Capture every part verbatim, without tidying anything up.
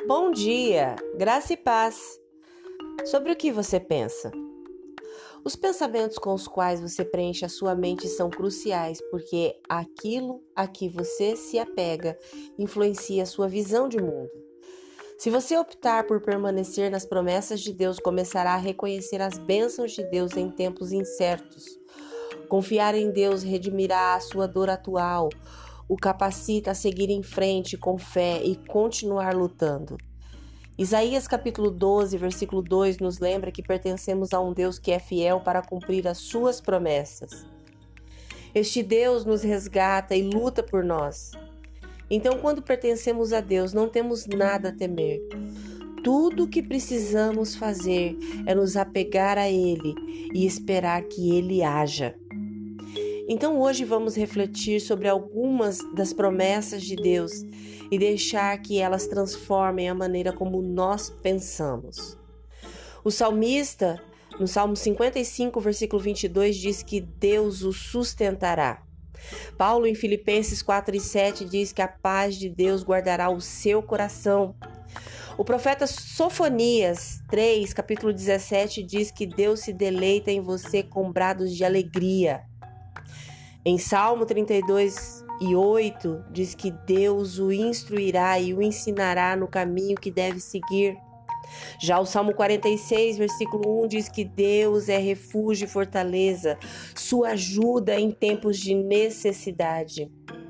Bom dia, graça e paz. Sobre o que você pensa? Os pensamentos com os quais você preenche a sua mente são cruciais, porque aquilo a que você se apega influencia a sua visão de mundo. Se você optar por permanecer nas promessas de Deus, começará a reconhecer as bênçãos de Deus em tempos incertos. Confiar em Deus redimirá a sua dor atual, o capacita a seguir em frente com fé e continuar lutando. Isaías capítulo doze, versículo dois nos lembra que pertencemos a um Deus que é fiel para cumprir as suas promessas. Este Deus nos resgata e luta por nós. Então, quando pertencemos a Deus, não temos nada a temer. Tudo o que precisamos fazer é nos apegar a Ele e esperar que Ele haja. Então hoje vamos refletir sobre algumas das promessas de Deus e deixar que elas transformem a maneira como nós pensamos. O salmista, no Salmo cinquenta e cinco, versículo vinte e dois, diz que Deus o sustentará. Paulo, em Filipenses quatro e sete, diz que a paz de Deus guardará o seu coração. O profeta Sofonias três, capítulo dezessete, diz que Deus se deleita em você com brados de alegria. Em Salmo trinta e dois e oito, diz que Deus o instruirá e o ensinará no caminho que deve seguir. Já o Salmo quarenta e seis, versículo um, diz que Deus é refúgio e fortaleza, sua ajuda em tempos de necessidade.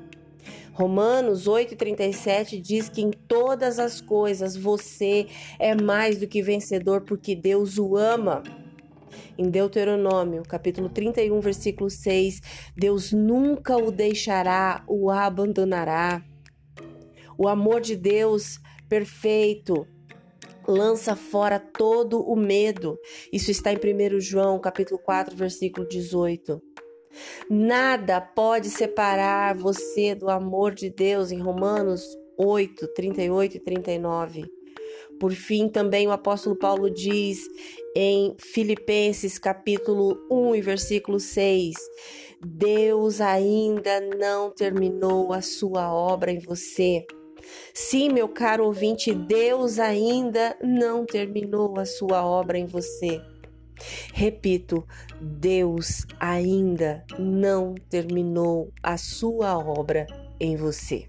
Romanos oito e trinta e sete diz que em todas as coisas você é mais do que vencedor porque Deus o ama. Em Deuteronômio, capítulo trinta e um, versículo seis, Deus nunca o deixará, o abandonará. O amor de Deus perfeito lança fora todo o medo. Isso está em primeiro João, capítulo quatro, versículo dezoito. Nada pode separar você do amor de Deus, em Romanos oito, trinta e oito e trinta e nove. Por fim, também o apóstolo Paulo diz em Filipenses capítulo um e versículo seis, Deus ainda não terminou a sua obra em você. Sim, meu caro ouvinte, Deus ainda não terminou a sua obra em você. Repito, Deus ainda não terminou a sua obra em você.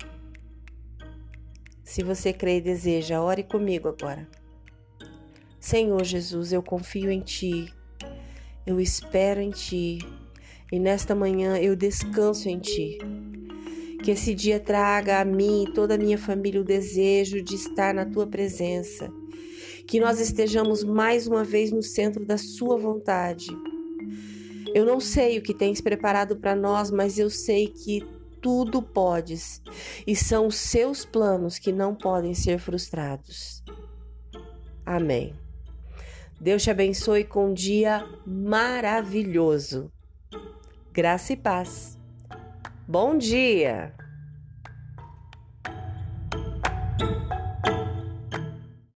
Se você crê e deseja, ore comigo agora. Senhor Jesus, eu confio em Ti, eu espero em Ti e nesta manhã eu descanso em Ti. Que esse dia traga a mim e toda a minha família o desejo de estar na Tua presença. Que nós estejamos mais uma vez no centro da Sua vontade. Eu não sei o que Tens preparado para nós, mas eu sei que tudo podes, e são os seus planos que não podem ser frustrados. Amém. Deus te abençoe com um dia maravilhoso. Graça e paz. Bom dia!